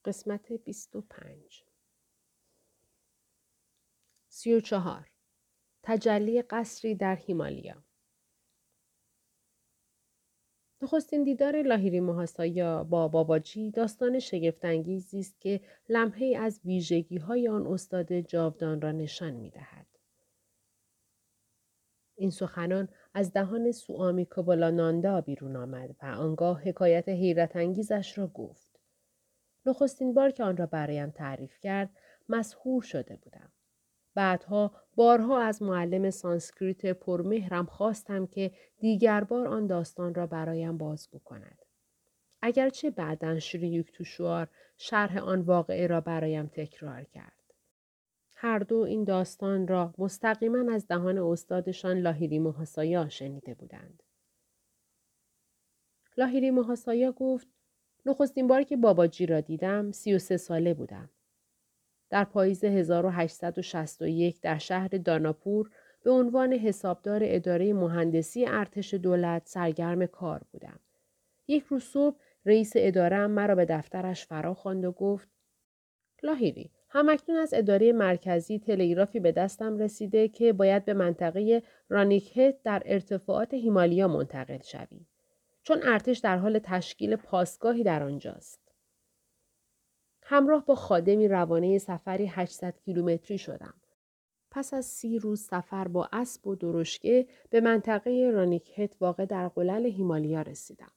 قسمت 25 34 تجلی قصری در هیمالیا. نخستین دیدار لاهیری محاسایا با باباجی داستان شگفت‌انگیزی است که لمحه‌ای از ویژگی‌های آن استاد جاودان را نشان می‌دهد. این سخنان از دهان سوامی کوبولاناندا بیرون آمد و آنگاه حکایت حیرت انگیزش را گفت. نخستین بار که آن را برایم تعریف کرد، مسحور شده بودم. بعدها بارها از معلم سانسکریت پرمهرم خواستم که دیگر بار آن داستان را برایم بازگو کند. اگرچه بعداً شری یوکتوشوار شرح آن واقعه را برایم تکرار کرد. هر دو این داستان را مستقیما از دهان استادشان لاهیری محاسایا شنیده بودند. لاهیری محاسایا گفت نخستین بار که باباجی را دیدم 33 ساله بودم. در پاییز 1861 در شهر داناپور به عنوان حسابدار اداره مهندسی ارتش دولت سرگرم کار بودم. یک روز صبح رئیس اداره‌ام مرا به دفترش فراخواند و گفت لاهیری، همکنون از اداره مرکزی تلگرافی به دستم رسیده که باید به منطقه رانیکهت در ارتفاعات هیمالیا منتقل شوی. چون ارتش در حال تشکیل پاسگاهی در آنجاست. همراه با خادمی روانه سفری 800 کیلومتری شدم. پس از 30 روز سفر با اسب و درشکه به منطقه رانیکهت واقع در قلل هیمالیا رسیدم.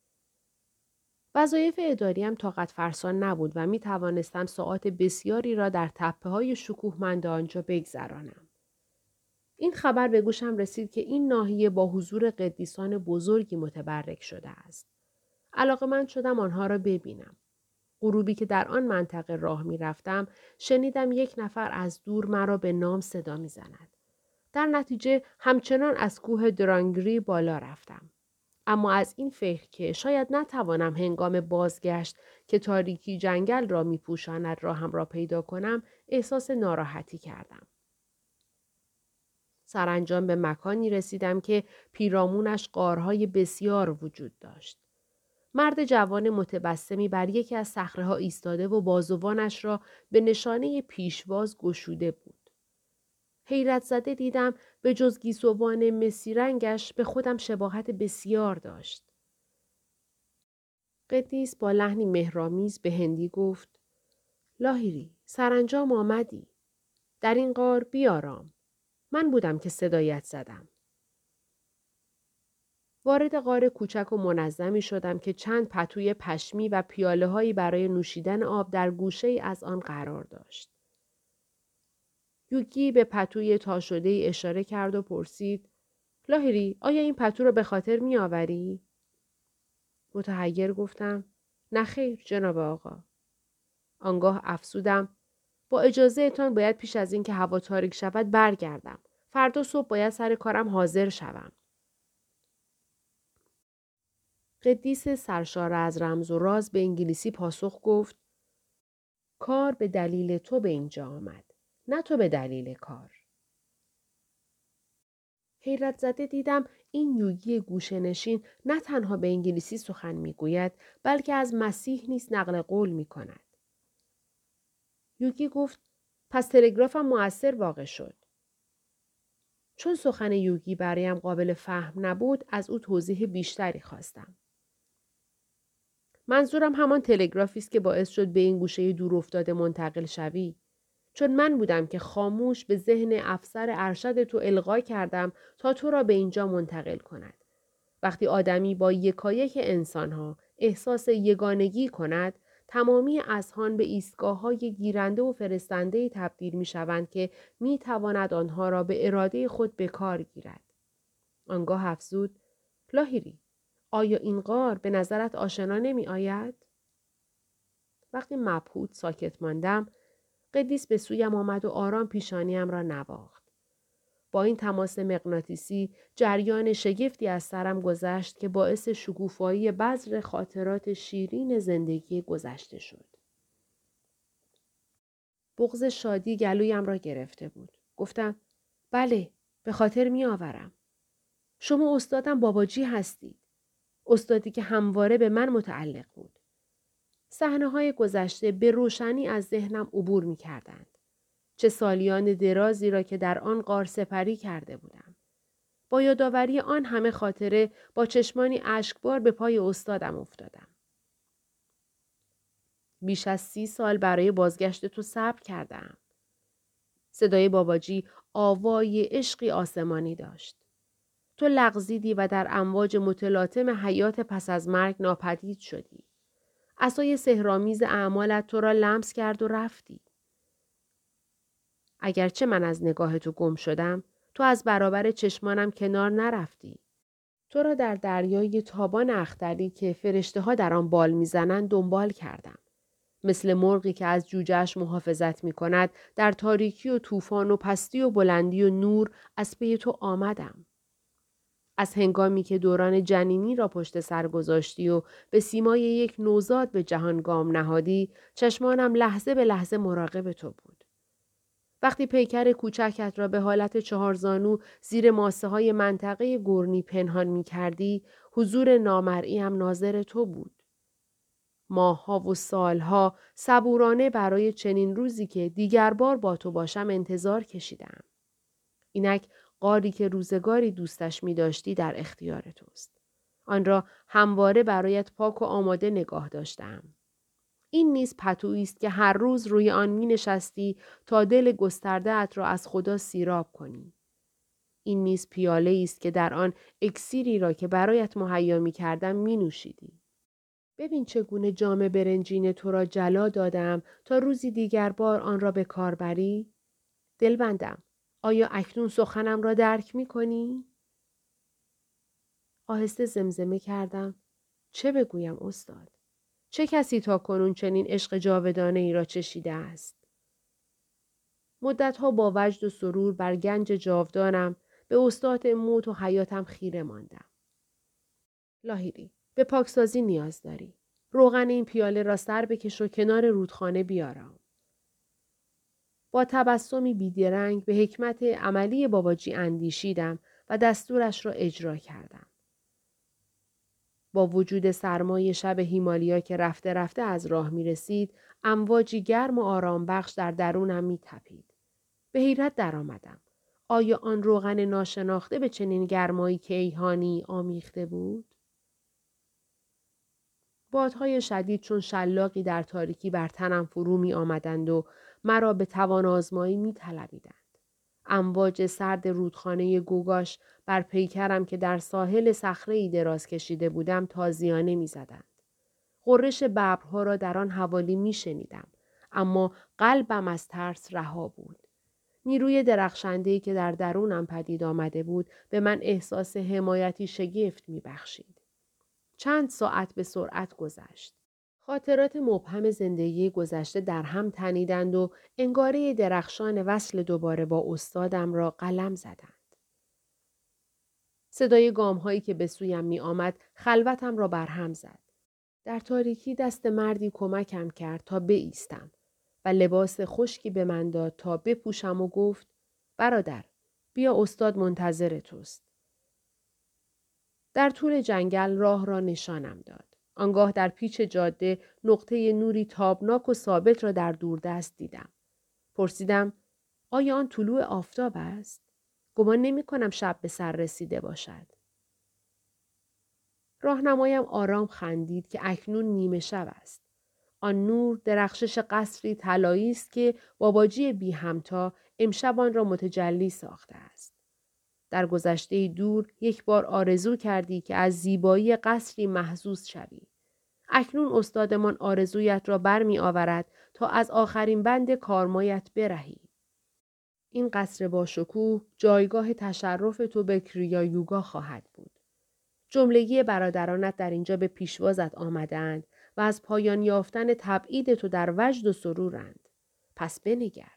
وظایف اداریم طاقت فرسان نبود و می توانستم ساعات بسیاری را در تپه‌های شکوهمند آنجا بگذرانم. این خبر به گوشم رسید که این ناحیه با حضور قدیسان بزرگی متبرک شده است. علاقه‌مند شدم آنها را ببینم. غروبی که در آن منطقه راه می رفتم، شنیدم یک نفر از دور مرا به نام صدا می زند. در نتیجه همچنان از کوه درانگری بالا رفتم. اما از این فکر که شاید نتوانم هنگام بازگشت که تاریکی جنگل را می پوشاند راهم را پیدا کنم، احساس ناراحتی کردم. سرانجام به مکانی رسیدم که پیرامونش غارهای بسیار وجود داشت. مرد جوان متبسمی بر یکی از صخره‌ها ایستاده و بازوانش را به نشانه پیشواز گشوده بود. حیرت زده دیدم به جز گیسوان مسی رنگش به خودم شباهت بسیار داشت. قدیس با لحنی مهرآمیز به هندی گفت لاهیری، سرانجام آمدی. در این غار بیارام. من بودم که صدایت زدم. وارد غار کوچک و منظمی شدم که چند پتوی پشمی و پیاله‌هایی برای نوشیدن آب در گوشه‌ای از آن قرار داشت. یوگی به پتوی تا شده اشاره کرد و پرسید لاهیری، آیا این پتو را به خاطر می آوری؟ متحیر گفتم نه خیر جناب آقا. آنگاه افسودم با اجازه تان باید پیش از این که هوا تاریک شود برگردم. فردا صبح باید سر کارم حاضر شوم. قدیس سرشار از رمز و راز به انگلیسی پاسخ گفت کار به دلیل تو به اینجا آمد. نه تو به دلیل کار. حیرت زده دیدم این یوگی گوشه‌نشین نه تنها به انگلیسی سخن میگوید بلکه از مسیح نیز نقل قول می کند. یوگی گفت پس تلگرافم مؤثر واقع شد. چون سخن یوگی برایم قابل فهم نبود از او توضیح بیشتری خواستم. منظورم همان تلگرافی است که باعث شد به این گوشه دور افتاده منتقل شوی. چون من بودم که خاموش به ذهن افسر ارشد تو القا کردم تا تو را به اینجا منتقل کند. وقتی آدمی با یکایک انسانها احساس یگانگی کند، تمامی اذهان به ایستگاه‌های گیرنده و فرستنده تبدیل می‌شوند که می‌تواند آنها را به اراده خود به کار گیرد. آنگاه افزود: لاهیری، آیا این غار به نظرت آشنا نمی آید؟ وقتی مبهوت ساکت ماندم، قدیس به سویم آمد و آرام پیشانیم را نواخت. با این تماس مغناطیسی جریان شگفتی از سرم گذشت که باعث شکوفایی بذر خاطرات شیرین زندگی گذشته شد. بغض شادی گلویم را گرفته بود. گفتم: بله، به خاطر می آورم. شما استادم باباجی هستید. استادی که همواره به من متعلق بود. صحنه‌های گذشته به روشنی از ذهنم عبور می‌کردند. چه سالیان درازی را که در آن غار سپری کرده بودم. با یادآوری آن همه خاطره با چشمانی اشکبار به پای استادم افتادم. بیش از 30 سال برای بازگشت تو صبر کردم. صدای باباجی آوای عشقی آسمانی داشت. تو لغزیدی و در امواج متلاطم حیات پس از مرگ ناپدید شدی. عصای سحرآمیز اعمالت تو را لمس کرد و رفتی. اگرچه من از نگاه تو گم شدم، تو از برابر چشمانم کنار نرفتی. تو را در دریای تابان اختری که فرشته ها در آن بال میزنند دنبال کردم. مثل مرغی که از جوجهش محافظت می کند در تاریکی و طوفان و پستی و بلندی و نور از پی تو آمدم. از هنگامی که دوران جنینی را پشت سر گذاشتی و به سیمای یک نوزاد به جهان گام نهادی، چشمانم لحظه به لحظه مراقب تو بود. وقتی پیکر کوچکت را به حالت 4 زانو زیر ماسه های منطقه گرنی پنهان می کردی، حضور نامرئی هم ناظر تو بود. ماه‌ها و سالها صبورانه برای چنین روزی که دیگر بار با تو باشم انتظار کشیدم. اینک غاری که روزگاری دوستش می داشتی در اختیار توست. آن را همواره برایت پاک و آماده نگاه داشتم. این نیز پتویی است که هر روز روی آن می نشستی تا دل گسترده ات را از خدا سیراب کنی. این نیز پیاله است که در آن اکسیری را که برایت مهیا می کردم می نوشیدی. ببین چگونه جام برنجین تو را جلا دادم تا روزی دیگر بار آن را به کار بری؟ دلبندم، آیا اکنون سخنم را درک می کنی؟ آهسته زمزمه کردم. چه بگویم استاد؟ چه کسی تا کنون چنین عشق جاودانه ای را چشیده است؟ مدتها با وجد و سرور بر گنج جاودانم به استاد موت و حیاتم خیره ماندم. لاهیری، به پاکسازی نیاز داری. روغن این پیاله را سر بکش و کنار رودخانه بیارم. با تبسمی بیدرنگ به حکمت عملی باباجی اندیشیدم و دستورش را اجرا کردم. با وجود سرمای شب هیمالیا که رفته رفته از راه می رسید، امواجی گرم و آرام بخش در درونم می تپید. به حیرت در آمدم. آیا آن روغن ناشناخته به چنین گرمایی کیهانی آمیخته بود؟ بادهای شدید چون شلاقی در تاریکی بر تنم فرو می آمدند و مرا به توان آزمایی می طلبیدند. امواج سرد رودخانه گوگاش بر پیکرم که در ساحل صخره‌ای دراز کشیده بودم تازیانه می زدند. غرش ببرها را در آن حوالی می شنیدم. اما قلبم از ترس رها بود. نیروی درخشنده‌ای که در درونم پدید آمده بود به من احساس حمایتی شگفت می بخشید. چند ساعت به سرعت گذشت. خاطرات مبهم زندگی گذشته در هم تنیدند و انگاره درخشان وصل دوباره با استادم را قلم زدند. صدای گام‌هایی که به سویم می آمد خلوتم را برهم زد. در تاریکی دست مردی کمکم کرد تا بایستم و لباس خشکی به من داد تا بپوشم و گفت برادر بیا استاد منتظر توست. در طول جنگل راه را نشانم داد. آنگاه در پیچ جاده نقطه نوری تابناک و ثابت را در دوردست دیدم. پرسیدم آیا آن طلوع آفتاب است؟ گمان نمی کنم شب به سر رسیده باشد. راهنمایم آرام خندید که اکنون نیمه شب است. آن نور درخشش قصری طلایی است که باباجی بی همتا امشب آن را متجلی ساخته است. در گذشته دور یک بار آرزو کردی که از زیبایی قصری محظوظ شوی. اکنون استادمان آرزویت را برمی آورد تا از آخرین بند کارمایت برهی. این قصر با شکوه جایگاه تشرف تو به کریا یوگا خواهد بود. جملگی برادرانت در اینجا به پیشوازت آمدند و از پایان یافتن تبعید تو در وجد و سرورند. پس بنگر.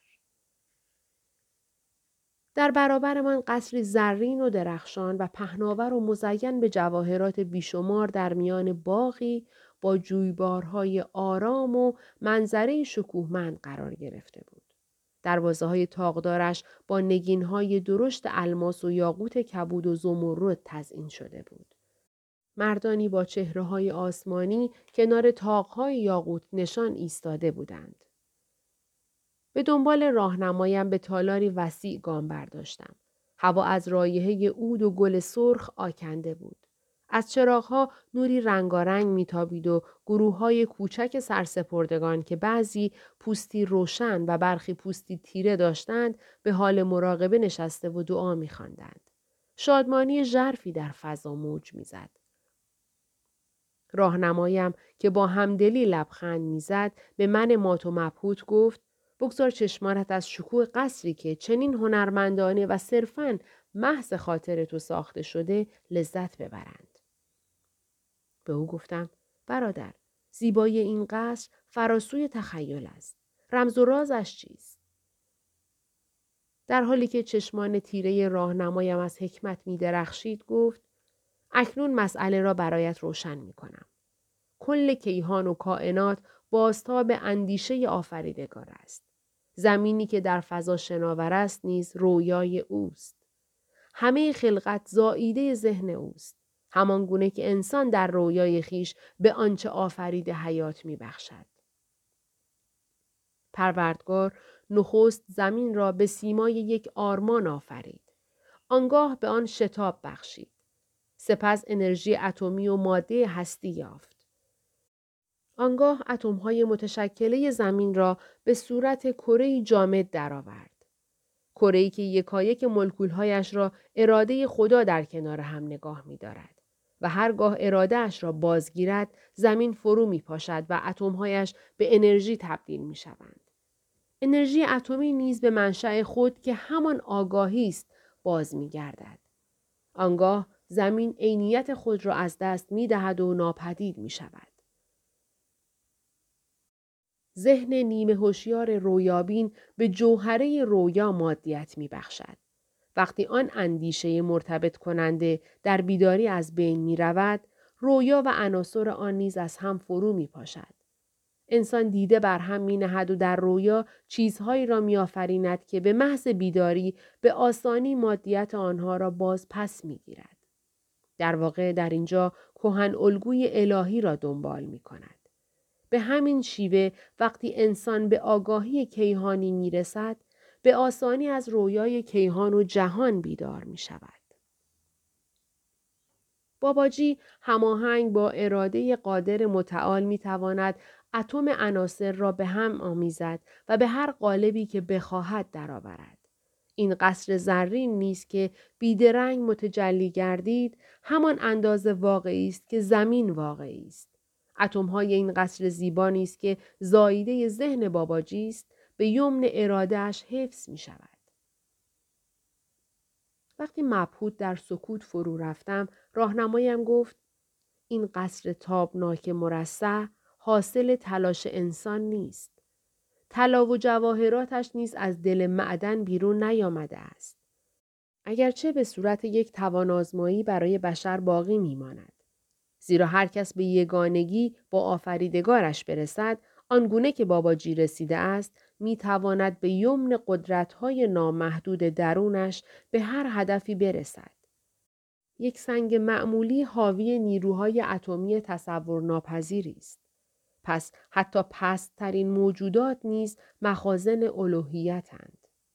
در برابر من قصری زرین و درخشان و پهناور و مزین به جواهرات بیشمار در میان باغی با جویبارهای آرام و منظره شکوهمند قرار گرفته بود. دروازه‌های طاقدارش با نگین‌های درشت الماس و یاقوت کبود و زمرد تزئین شده بود. مردانی با چهره‌های آسمانی کنار طاق‌های یاقوت نشان ایستاده بودند. به دنبال راهنمایم به تالاری وسیع گام برداشتم. هوا از رایحه عود و گل سرخ آکنده بود. از چراغ‌ها نوری رنگارنگ میتابید و گروه‌های کوچک سرسپردگان که بعضی پوستی روشن و برخی پوستی تیره داشتند به حال مراقبه نشسته و دعا می‌خواندند. شادمانی ژرفی در فضا موج می‌زد. راهنمایم که با همدلی لبخند می‌زد به من مات و مبهوت گفت: بگذار چشمانت از شکوه قصری که چنین هنرمندانه و صرفاً محض خاطر تو ساخته شده لذت ببرند. به او گفتم: برادر، زیبایی این قصر فراسوی تخیل است. رمز و رازش چیست؟ در حالی که چشمان تیره راهنمایم از حکمت می درخشید گفت: اکنون مسئله را برایت روشن می کنم. کل کیهان و کائنات بازتاب اندیشه آفریدگار است. زمینی که در فضا شناور است نیز رویای اوست. همه خلقت زائیده ذهن اوست. همان گونه که انسان در رویای خیش به آنچه آفریده حیات می بخشد. پروردگار نخست زمین را به سیمای یک آرمان آفرید. آنگاه به آن شتاب بخشید. سپس انرژی اتمی و ماده هستی یافت. آنگاه اتم‌های متشکله زمین را به صورت کره‌ای جامد درآورد. کره‌ای که یکایک مولکول‌هایش را اراده خدا در کنار هم نگاه می‌دارد و هرگاه اراده‌اش را بازگیرد زمین فرو می‌پاشد و اتم‌هایش به انرژی تبدیل می‌شوند. انرژی اتمی نیز به منشأ خود که همان آگاهی است باز می‌گردد. آنگاه زمین عینیت خود را از دست می‌دهد و ناپدید می‌شود. ذهن نیمه هوشیار رویابین به جوهره رویا مادیت می بخشد. وقتی آن اندیشه مرتبط کننده در بیداری از بین می رود، رویا و عناصر آن نیز از هم فرو می پاشد. انسان دیده بر هم می نهد و در رویا چیزهایی را می آفریند که به محض بیداری به آسانی مادیت آنها را باز پس می گیرد. در واقع در اینجا کهن الگوی الهی را دنبال می کند. به همین شیوه وقتی انسان به آگاهی کیهانی می رسد، به آسانی از رویای کیهان و جهان بیدار می شود. باباجی هماهنگ با اراده قادر متعال می تواند اتم عناصر را به هم آمیزد و به هر قالبی که بخواهد درآورد. این قصر زرین نیست که بیدرنگ متجلی گردید، همان اندازه واقعی است که زمین واقعی است. اتم‌های این قصر زیبا نیست که زاییده ذهن باباجی است، به یمن اراده‌اش حفظ می شود. وقتی مبهوت در سکوت فرو رفتم، راهنمایم گفت: این قصر تابناک مرصع حاصل تلاش انسان نیست. طلا و جواهراتش نیز از دل معدن بیرون نیامده است. اگرچه به صورت یک توان‌آزمایی برای بشر باقی میماند. زیرا هر کس به یگانگی با آفریدگارش برسد، آنگونه که باباجی رسیده است، می تواند به یمن قدرت‌های نامحدود درونش به هر هدفی برسد. یک سنگ معمولی حاوی نیروهای اتمی تصور ناپذیری است. پس حتی پست‌ترین موجودات نیز مخازن الوهیت‌اند.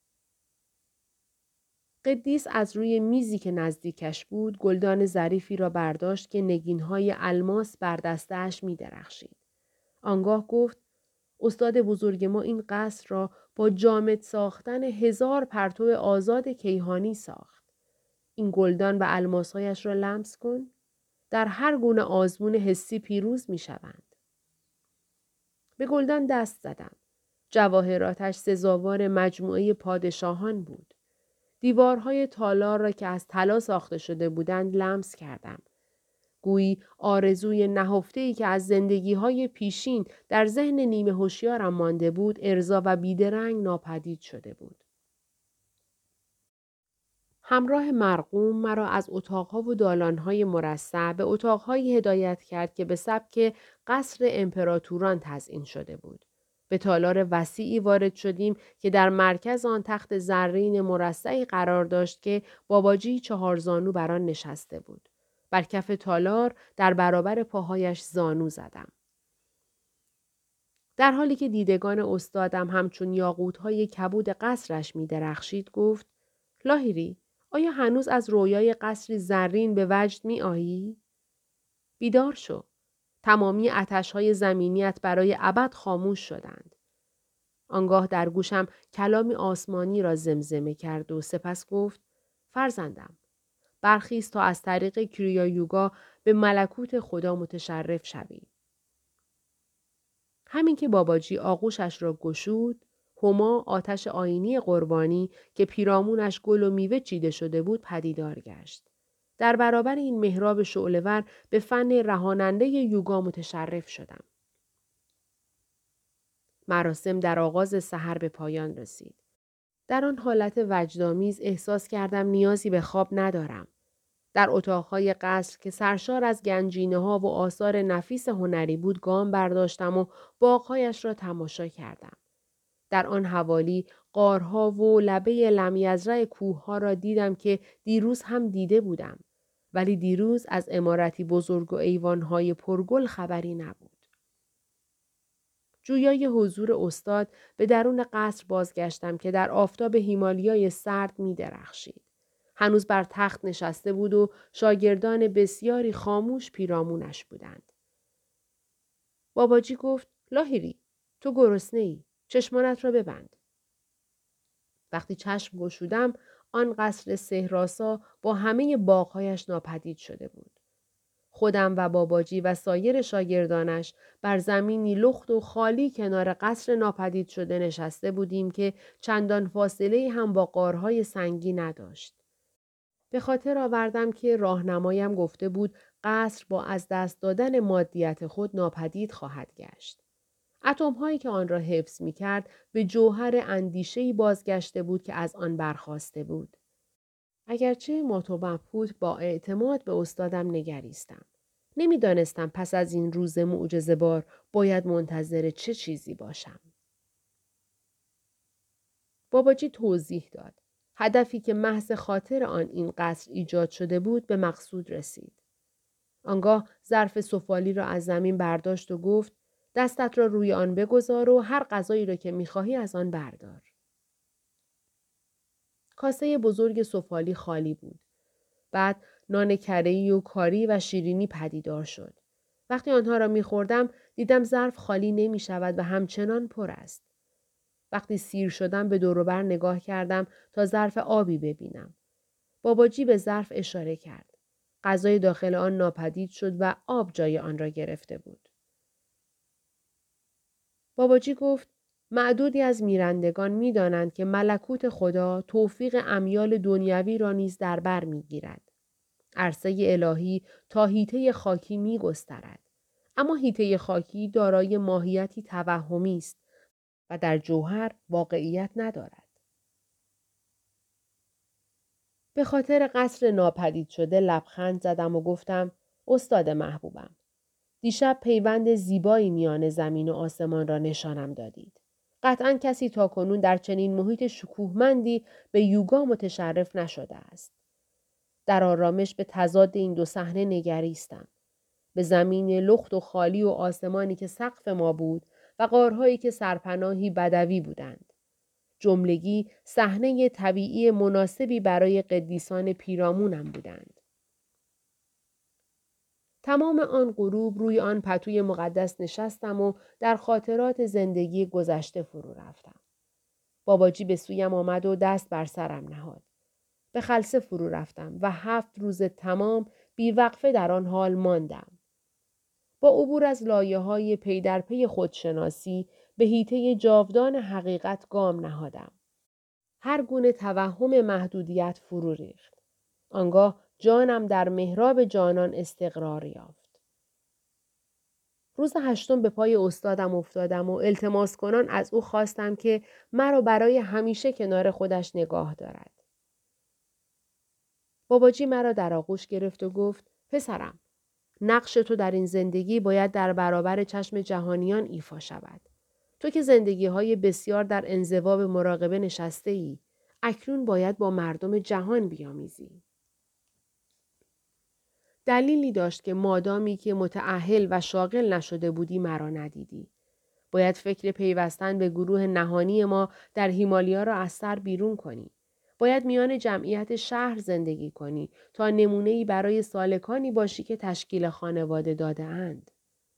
قدیس از روی میزی که نزدیکش بود گلدان ظریفی را برداشت که نگین‌های الماس بر دسته‌اش می‌درخشید. آنگاه گفت: استاد بزرگ ما این قصر را با جامد ساختن 1000 پرتو آزاد کیهانی ساخت. این گلدان و الماس‌هایش را لمس کن. در هر گونه آزمون حسی پیروز می‌شوند. به گلدان دست زدم. جواهراتش سزاوار مجموعه پادشاهان بود. دیوارهای تالار را که از طلا ساخته شده بودند لمس کردم. گویی آرزوی نهفته‌ای که از زندگی‌های پیشین در ذهن نیمه هوشیارم مانده بود، ارضا و بیدرنگ ناپدید شده بود. همراه مرقوم مرا از اتاقها و دالانهای مرصع به اتاقهایی هدایت کرد که به سبک قصر امپراتوران تزئین شده بود. به تالار وسیعی وارد شدیم که در مرکز آن تخت زرین مرصعی قرار داشت که باباجی 4 زانو بر آن نشسته بود. بر کف تالار در برابر پاهایش زانو زدم. در حالی که دیدگان استادم همچون یاقوت‌های کبود قصرش می درخشید گفت لاهیری، آیا هنوز از رویای قصری زرین به وجد می آیی؟ بیدار شو. تمامی آتش‌های زمینیت برای ابد خاموش شدند. آنگاه در گوشم کلامی آسمانی را زمزمه کرد و سپس گفت فرزندم، برخیز تا از طریق کریا یوگا به ملکوت خدا متشرف شوی. همین که باباجی آغوشش را گشود، هما آتش آیینی قربانی که پیرامونش گل و میوه چیده شده بود پدیدار گشت. در برابر این محراب شعله‌ور به فن رهاننده یوگا متشرف شدم. مراسم در آغاز سحر به پایان رسید. در آن حالت وجدآمیز احساس کردم نیازی به خواب ندارم. در اتاقهای قصر که سرشار از گنجینه‌ها و آثار نفیس هنری بود گام برداشتم و باغ‌هایش را تماشا کردم. در آن حوالی غارها و لبه لمیزرع کوه‌ها را دیدم که دیروز هم دیده بودم. ولی دیروز از عمارتی بزرگ و ایوان‌های پرگل خبری نبود. جویای حضور استاد به درون قصر بازگشتم که در آفتاب هیمالیای سرد می درخشید. هنوز بر تخت نشسته بود و شاگردان بسیاری خاموش پیرامونش بودند. باباجی گفت لاهیری، تو گرسنه‌ای، چشمانت را ببند. وقتی چشم گشودم آن قصر سحرآسا با همه باغ‌هایش ناپدید شده بود. خودم و باباجی و سایر شاگردانش بر زمینی لخت و خالی کنار قصر ناپدید شده نشسته بودیم که چندان فاصله هم با غارهای سنگی نداشت. به خاطر آوردم که راهنمایم گفته بود قصر با از دست دادن مادیت خود ناپدید خواهد گشت. اتم‌هایی که آن را حفظ می‌کرد به جوهر اندیشه‌ای بازگشته بود که از آن برخاسته بود. اگرچه مات و مبهوت با اعتماد به استادم نگریستم. نمی‌دانستم پس از این روز معجزه‌بار باید منتظر چه چیزی باشم. باباجی توضیح داد. هدفی که محض خاطر آن این قصر ایجاد شده بود به مقصود رسید. آنگاه ظرف سفالی را از زمین برداشت و گفت دستت را روی آن بگذار و هر غذایی را که می‌خواهی از آن بردار. کاسه بزرگ سفالی خالی بود. بعد نان کره‌ای و کاری و شیرینی پدیدار شد. وقتی آنها را می‌خوردم دیدم ظرف خالی نمی‌شود و همچنان پر است. وقتی سیر شدم به دور و بر نگاه کردم تا ظرف آبی ببینم. باباجی به ظرف اشاره کرد. غذای داخل آن ناپدید شد و آب جای آن را گرفته بود. باباجی گفت معدودی از میرندگان می‌دانند که ملکوت خدا توفیق امیال دنیوی را نیز در بر می‌گیرد. عرصه الهی تا حیطه خاکی می‌گسترد. اما حیطه خاکی دارای ماهیتی توهمی است و در جوهر واقعیت ندارد. به خاطر قصر ناپدید شده لبخند زدم و گفتم استاد محبوبم، دیشب پیوند زیبایی میان زمین و آسمان را نشانم دادید. قطعاً کسی تاکنون در چنین محیط شکوهمندی به یوگا متشرف نشده است. در آرامش به تضاد این دو صحنه نگریستم. به زمین لخت و خالی و آسمانی که سقف ما بود و غارهایی که سرپناهی بدوی بودند. جملگی صحنه طبیعی مناسبی برای قدیسان پیرامونم بودند. تمام آن غروب روی آن پتوی مقدس نشستم و در خاطرات زندگی گذشته فرو رفتم. باباجی به سویم آمد و دست بر سرم نهاد. به خلسه فرو رفتم و 7 روز تمام بیوقفه در آن حال ماندم. با عبور از لایه‌های پی در پی خودشناسی به حیطه جاودان حقیقت گام نهادم. هر گونه توهم محدودیت فرو ریخت. آنگاه جانم در محراب جانان استقرار یافت. روز 8 به پای استادم افتادم و التماس کنان از او خواستم که مرا برای همیشه کنار خودش نگاه دارد. باباجی مرا در آغوش گرفت و گفت پسرم، نقش تو در این زندگی باید در برابر چشم جهانیان ایفا شود. تو که زندگی‌های بسیار در انزوا به مراقبه نشسته ای، اکنون باید با مردم جهان بیامیزی. دلیلی داشت که مادامی که متأهل و شاغل نشده بودی مرا ندیدی. باید فکر پیوستن به گروه نهانی ما در هیمالیا را از سر بیرون کنی. باید میان جمعیت شهر زندگی کنی تا نمونه‌ای برای سالکانی باشی که تشکیل خانواده داده اند.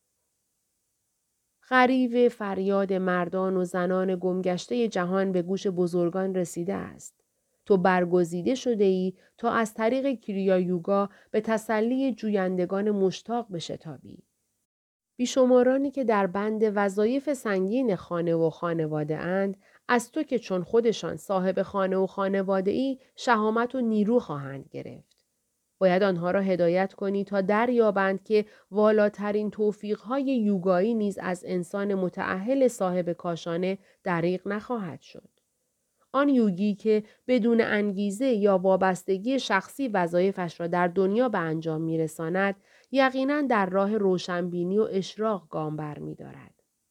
غریو فریاد مردان و زنان گمگشته جهان به گوش بزرگان رسیده است. تو برگزیده شده ای تا از طریق کریا یوگا به تسلی جویندگان مشتاق بشتابی. بیشمارانی که در بند وظایف سنگین خانه و خانواده اند، از تو که چون خودشان صاحب خانه و خانواده ای شهامت و نیرو خواهند گرفت. باید آنها را هدایت کنی تا دریابند که والاترین توفیقهای یوگایی نیز از انسان متأهل صاحب کاشانه دریغ نخواهد شد. آن یوگی که بدون انگیزه یا وابستگی شخصی وظایفش را در دنیا به انجام می‌رساند، یقیناً در راه روشنبینی و اشراق گام برمی‌دارد.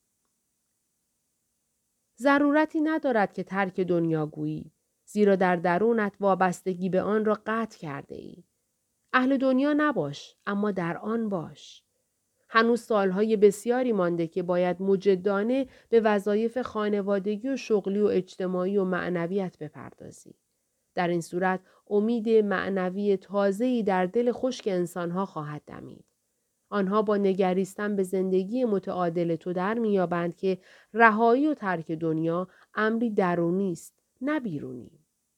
ضرورتی ندارد که ترک دنیا گویی، زیرا در درونت وابستگی به آن را قطع کرده ای. اهل دنیا نباش، اما در آن باش. هنوز سالهای بسیاری مانده که باید مجدانه به وظایف خانوادگی و شغلی و اجتماعی و معنویت بپردازی. در این صورت امید معنوی تازه‌ای در دل خشک انسانها خواهد دمید. آنها با نگریستن به زندگی متعادل تو در می‌یابند که رهایی و ترک دنیا امری درونی است، نه بیرونی.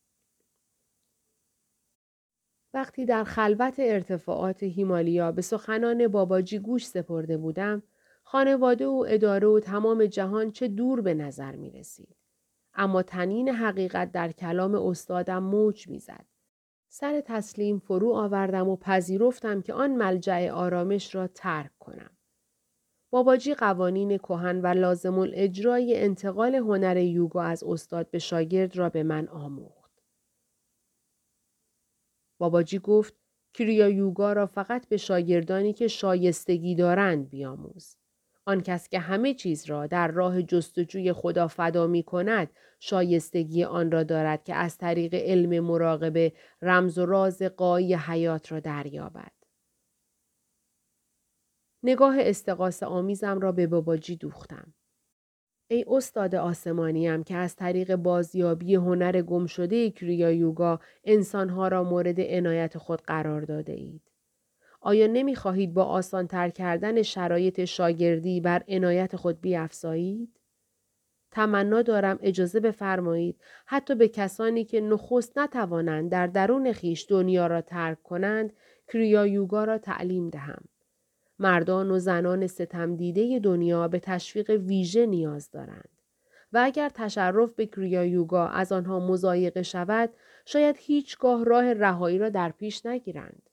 وقتی در خلوت ارتفاعات هیمالیا به سخنان باباجی گوش سپرده بودم، خانواده و اداره و تمام جهان چه دور به نظر می رسید. اما طنین حقیقت در کلام استادم موج می زد. سر تسلیم فرو آوردم و پذیرفتم که آن ملجأ آرامش را ترک کنم. باباجی قوانین کهن و لازم الاجرای انتقال هنر یوگا از استاد به شاگرد را به من آموخت. باباجی گفت کریا یوگا را فقط به شاگردانی که شایستگی دارند بیاموز. آن کس که همه چیز را در راه جستجوی خدا فدا می کند، شایستگی آن را دارد که از طریق علم مراقبه رمز و راز غایی حیات را دریابد. نگاه استغاثه آمیزم را به باباجی دوختم. ای استاد آسمانیم که از طریق بازیابی هنر گمشده کریا یوگا انسانها را مورد عنایت خود قرار داده اید. آیا نمی خواهید با آسان تر کردن شرایط شاگردی بر عنایت خود بیفزایید؟ تمنا دارم اجازه بفرمایید حتی به کسانی که نخست نتوانند در درون خیش دنیا را ترک کنند کریا یوگا را تعلیم دهم. مردان و زنان ستم دیده دنیا به تشویق ویژه نیاز دارند. و اگر تشرف به کریا یوگا از آنها مضایقه شود، شاید هیچگاه راه رهایی را در پیش نگیرند.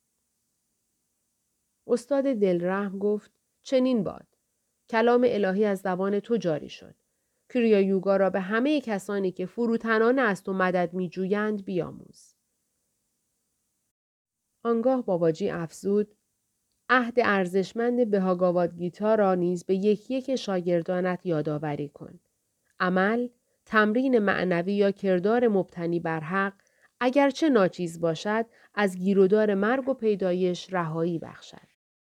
استاد دلرحم گفت چنین باد. کلام الهی از زبان تو جاری شد. کریا یوگا را به همه کسانی که فروتنانه از تو مدد می جویند بیاموز. آنگاه باباجی افزود عهد ارزشمند بهاگاواد گیتا را نیز به یکی یک شاگردانت یادآوری کن. عمل، تمرین معنوی یا کردار مبتنی بر حق، اگرچه ناچیز باشد، از گیرودار مرگ و پیدایش رهایی بخشد.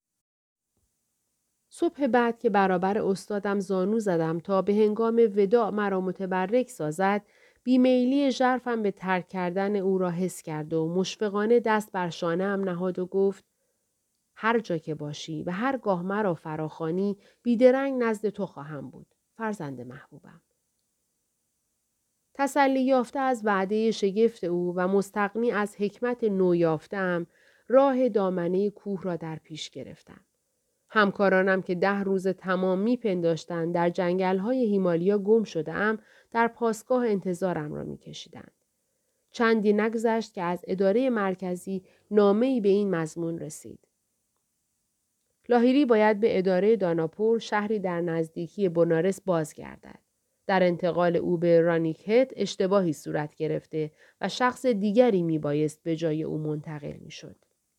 صبح بعد که برابر استادم زانو زدم تا به هنگام وداع مرا متبرک سازد، بیمیلی ژرفم به ترک کردن او را حس کرد و مشفقانه دست بر شانه‌ام نهاد و گفت هر جا که باشی و هرگاه مرا فراخوانی بیدرنگ نزد تو خواهم بود. فرزند محبوبم. تسلی یافته از وعده شگفت او و مستغنی از حکمت نو یافته‌ام، راه دامنه کوه را در پیش گرفتم. همکارانم که 10 روز تمام می‌پنداشتند در جنگل‌های هیمالیا گم شده‌ام، در پاسگاه انتظارم را می‌کشیدند. چندی نگذشت که از اداره مرکزی نامه‌ای به این مضمون رسید. لاهیری باید به اداره داناپور شهری در نزدیکی بنارس بازگردد. در انتقال او به رانیکهت اشتباهی صورت گرفته و شخص دیگری می بایست به جای او منتقل می شد.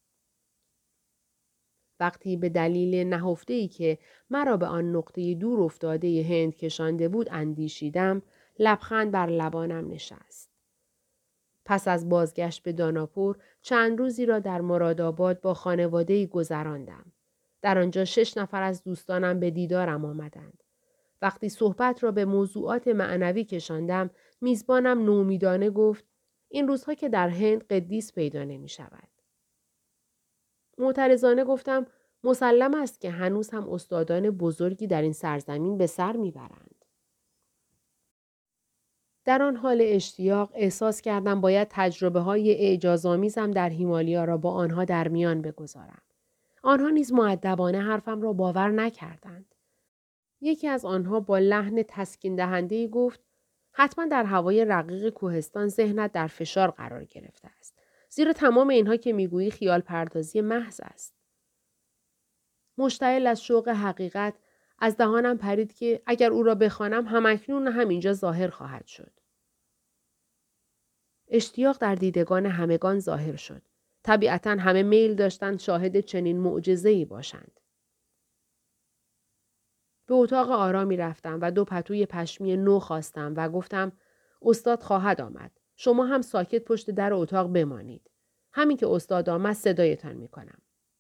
وقتی به دلیل نهفته‌ای که مرا به آن نقطه دور افتاده هند کشانده بود اندیشیدم، لبخند بر لبانم نشست. پس از بازگشت به داناپور چند روزی را در مرادآباد با خانواده‌ای گذراندم. در آنجا 6 نفر از دوستانم به دیدارم آمدند. وقتی صحبت را به موضوعات معنوی کشاندم، میزبانم نومیدانه گفت این روزها که در هند قدیس پیدا نمی شود. معترضانه گفتم مسلم است که هنوز هم استادان بزرگی در این سرزمین به سر میبرند. در آن حال اشتیاق احساس کردم باید تجربه‌های اعجازآمیزم در هیمالیا را با آنها در میان بگذارم. آنها نیز مؤدبانه حرفم را باور نکردند. یکی از آنها با لحن تسکین دهنده‌ای گفت حتما در هوای رقیق کوهستان ذهنت در فشار قرار گرفته است. زیرا تمام اینها که میگویی خیال پردازی محض است. مشتعل از شوق حقیقت از دهانم پرید که اگر او را بخوانم همکنون همینجا ظاهر خواهد شد. اشتیاق در دیدگان همگان ظاهر شد. طبیعتاً همه میل داشتند شاهد چنین معجزه‌ای باشند. به اتاق آرامی رفتم و 2 پتوی پشمی نو خواستم و گفتم استاد خواهد آمد. شما هم ساکت پشت در اتاق بمانید. همین که استاد آمد صدایتان می‌کنم.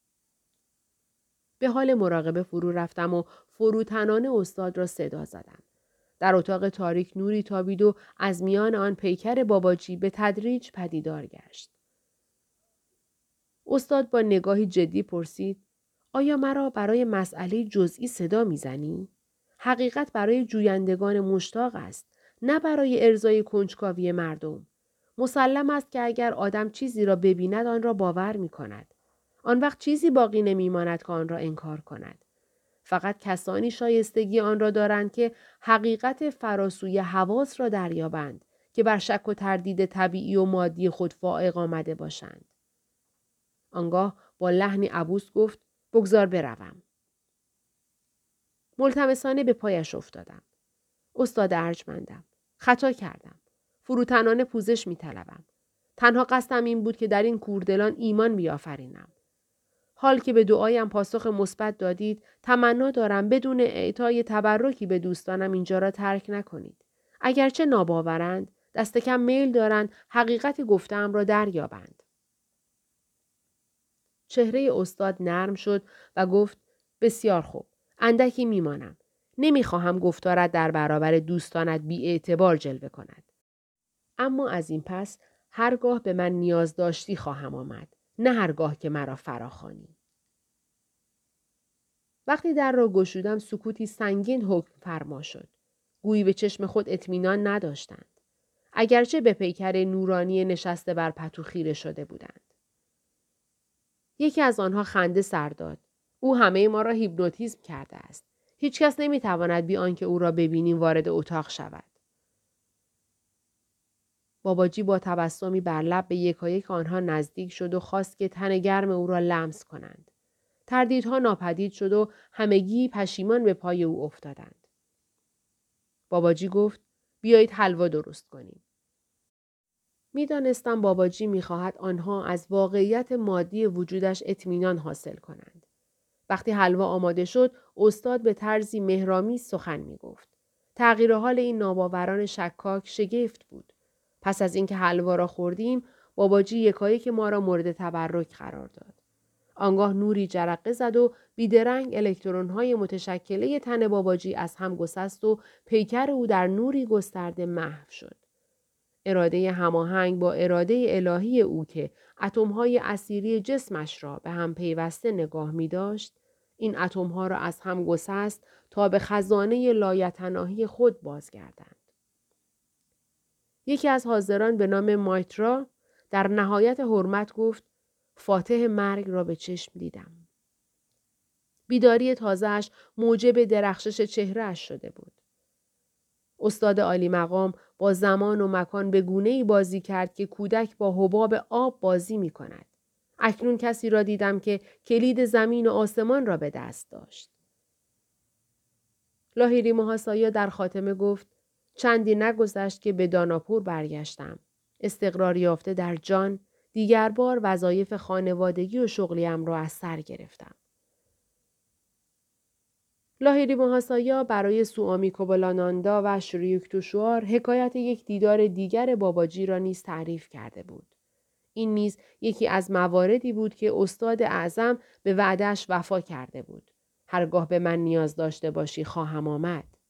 به حال مراقبه فرو رفتم و فروتنانه استاد را صدا زدم. در اتاق تاریک نوری تابید و از میان آن پیکر باباجی به تدریج پدیدار گشت. استاد با نگاهی جدی پرسید آیا مرا برای مسئله جزئی صدا میزنی؟ حقیقت برای جویندگان مشتاق است، نه برای ارضای کنجکاوی مردم. مسلم است که اگر آدم چیزی را ببیند آن را باور می کند. آن وقت چیزی باقی نمی ماند که آن را انکار کند. فقط کسانی شایستگی آن را دارند که حقیقت فراسوی حواس را دریابند که بر شک و تردید طبیعی و مادی خود فائق آمده باشند. آنگاه با لحنی عبوس گفت بگذار بروم. ملتمسانه به پایش افتادم. استاد ارجمندم. خطا کردم. فروتنانه پوزش می طلبم. تنها قصدم این بود که در این کوردلان ایمان بیافرینم. حال که به دعایم پاسخ مثبت دادید، تمنا دارم بدون اعطای تبرکی به دوستانم اینجا را ترک نکنید. اگرچه ناباورند، دست کم میل دارند حقیقت گفته‌ام را دریابند. چهره استاد نرم شد و گفت بسیار خوب. اندکی میمانم. نمیخواهم گفتارت در برابر دوستانت بی‌اعتبار جلوه کند. اما از این پس هرگاه به من نیاز داشتی خواهم آمد. نه هرگاه که مرا فراخوانی. وقتی در را گشودم سکوتی سنگین حکم فرما شد. گویی به چشم خود اطمینان نداشتند. اگرچه به پیکر نورانی نشسته بر پتو خیره شده بودند. یکی از آنها خنده سر داد. او همه ما را هیپنوتیزم کرده است. هیچ کس نمیتواند بی آنکه او را ببینیم وارد اتاق شود. باباجی با تبسمی بر لب به یکایک آنها نزدیک شد و خواست که تن گرم او را لمس کنند. تردیدها ناپدید شد و همگی پشیمان به پای او افتادند. باباجی گفت بیایید حلوا درست کنیم. میدانستم باباجی میخواهد آنها از واقعیت مادی وجودش اطمینان حاصل کنند. وقتی حلوا آماده شد، استاد به طرزی مهرامیز سخن میگفت. تغییر حال این ناباوران شکاک شگفت بود. پس از اینکه حلوا را خوردیم، باباجی یکایک ما را مورد تبرک قرار داد. آنگاه نوری جرقه زد و بیدرنگ الکترون‌های متشکله تن باباجی از هم گسست و پیکر او در نوری گسترده محو شد. اراده هماهنگ با اراده الهی او که اتم‌های اسیری جسمش را به هم پیوسته نگاه می‌داشت، این اتم‌ها را از هم گسست تا به خزانه لایتناهی خود بازگردند. یکی از حاضران به نام مایترا در نهایت حرمت گفت فاتح مرگ را به چشم دیدم. بیداری تازه‌اش موجب درخشش چهره‌اش شده بود. استاد عالی مقام با زمان و مکان به گونه‌ای بازی کرد که کودک با حباب آب بازی می کند. اکنون کسی را دیدم که کلید زمین و آسمان را به دست داشت. لاهیری مهاسایا در خاتمه گفت چندی نگذشت که به داناپور برگشتم. استقرار یافته در جان، دیگر بار وظایف خانوادگی و شغلیم را از سر گرفتم. لاهیری محاسایا برای سوامی کوبالاناندا و شری یوکتوشوار حکایت یک دیدار دیگر باباجی را نیز تعریف کرده بود. این نیز یکی از مواردی بود که استاد اعظم به وعده‌اش وفا کرده بود. هرگاه به من نیاز داشته باشی خواهم آمد.